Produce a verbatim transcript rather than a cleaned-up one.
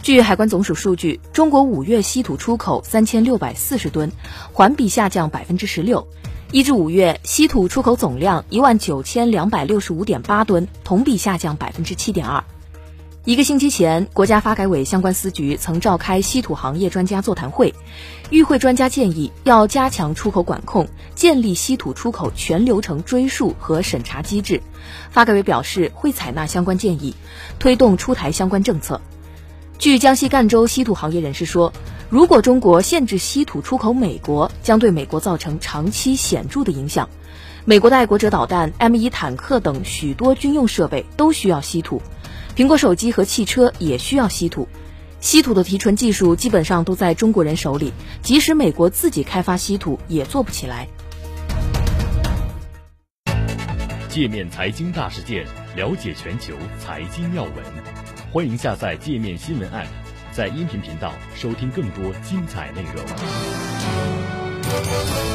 据海关总署数据，中国五月稀土出口三千六百四十吨，环比下降百分之十六。一至五月，稀土出口总量一万九千两百六十五点八吨，同比下降百分之七点二。一个星期前，国家发改委相关司局曾召开稀土行业专家座谈会，与会专家建议要加强出口管控，建立稀土出口全流程追溯和审查机制。发改委表示会采纳相关建议，推动出台相关政策。据江西赣州稀土行业人士说，如果中国限制稀土出口美国，将对美国造成长期显著的影响。美国的爱国者导弹、M 一 坦克等许多军用设备都需要稀土，苹果手机和汽车也需要稀土。稀土的提纯技术基本上都在中国人手里，即使美国自己开发稀土也做不起来。 界面财经大事件，了解全球财经要闻，欢迎下载界面新闻 App， 在音频频道收听更多精彩内容。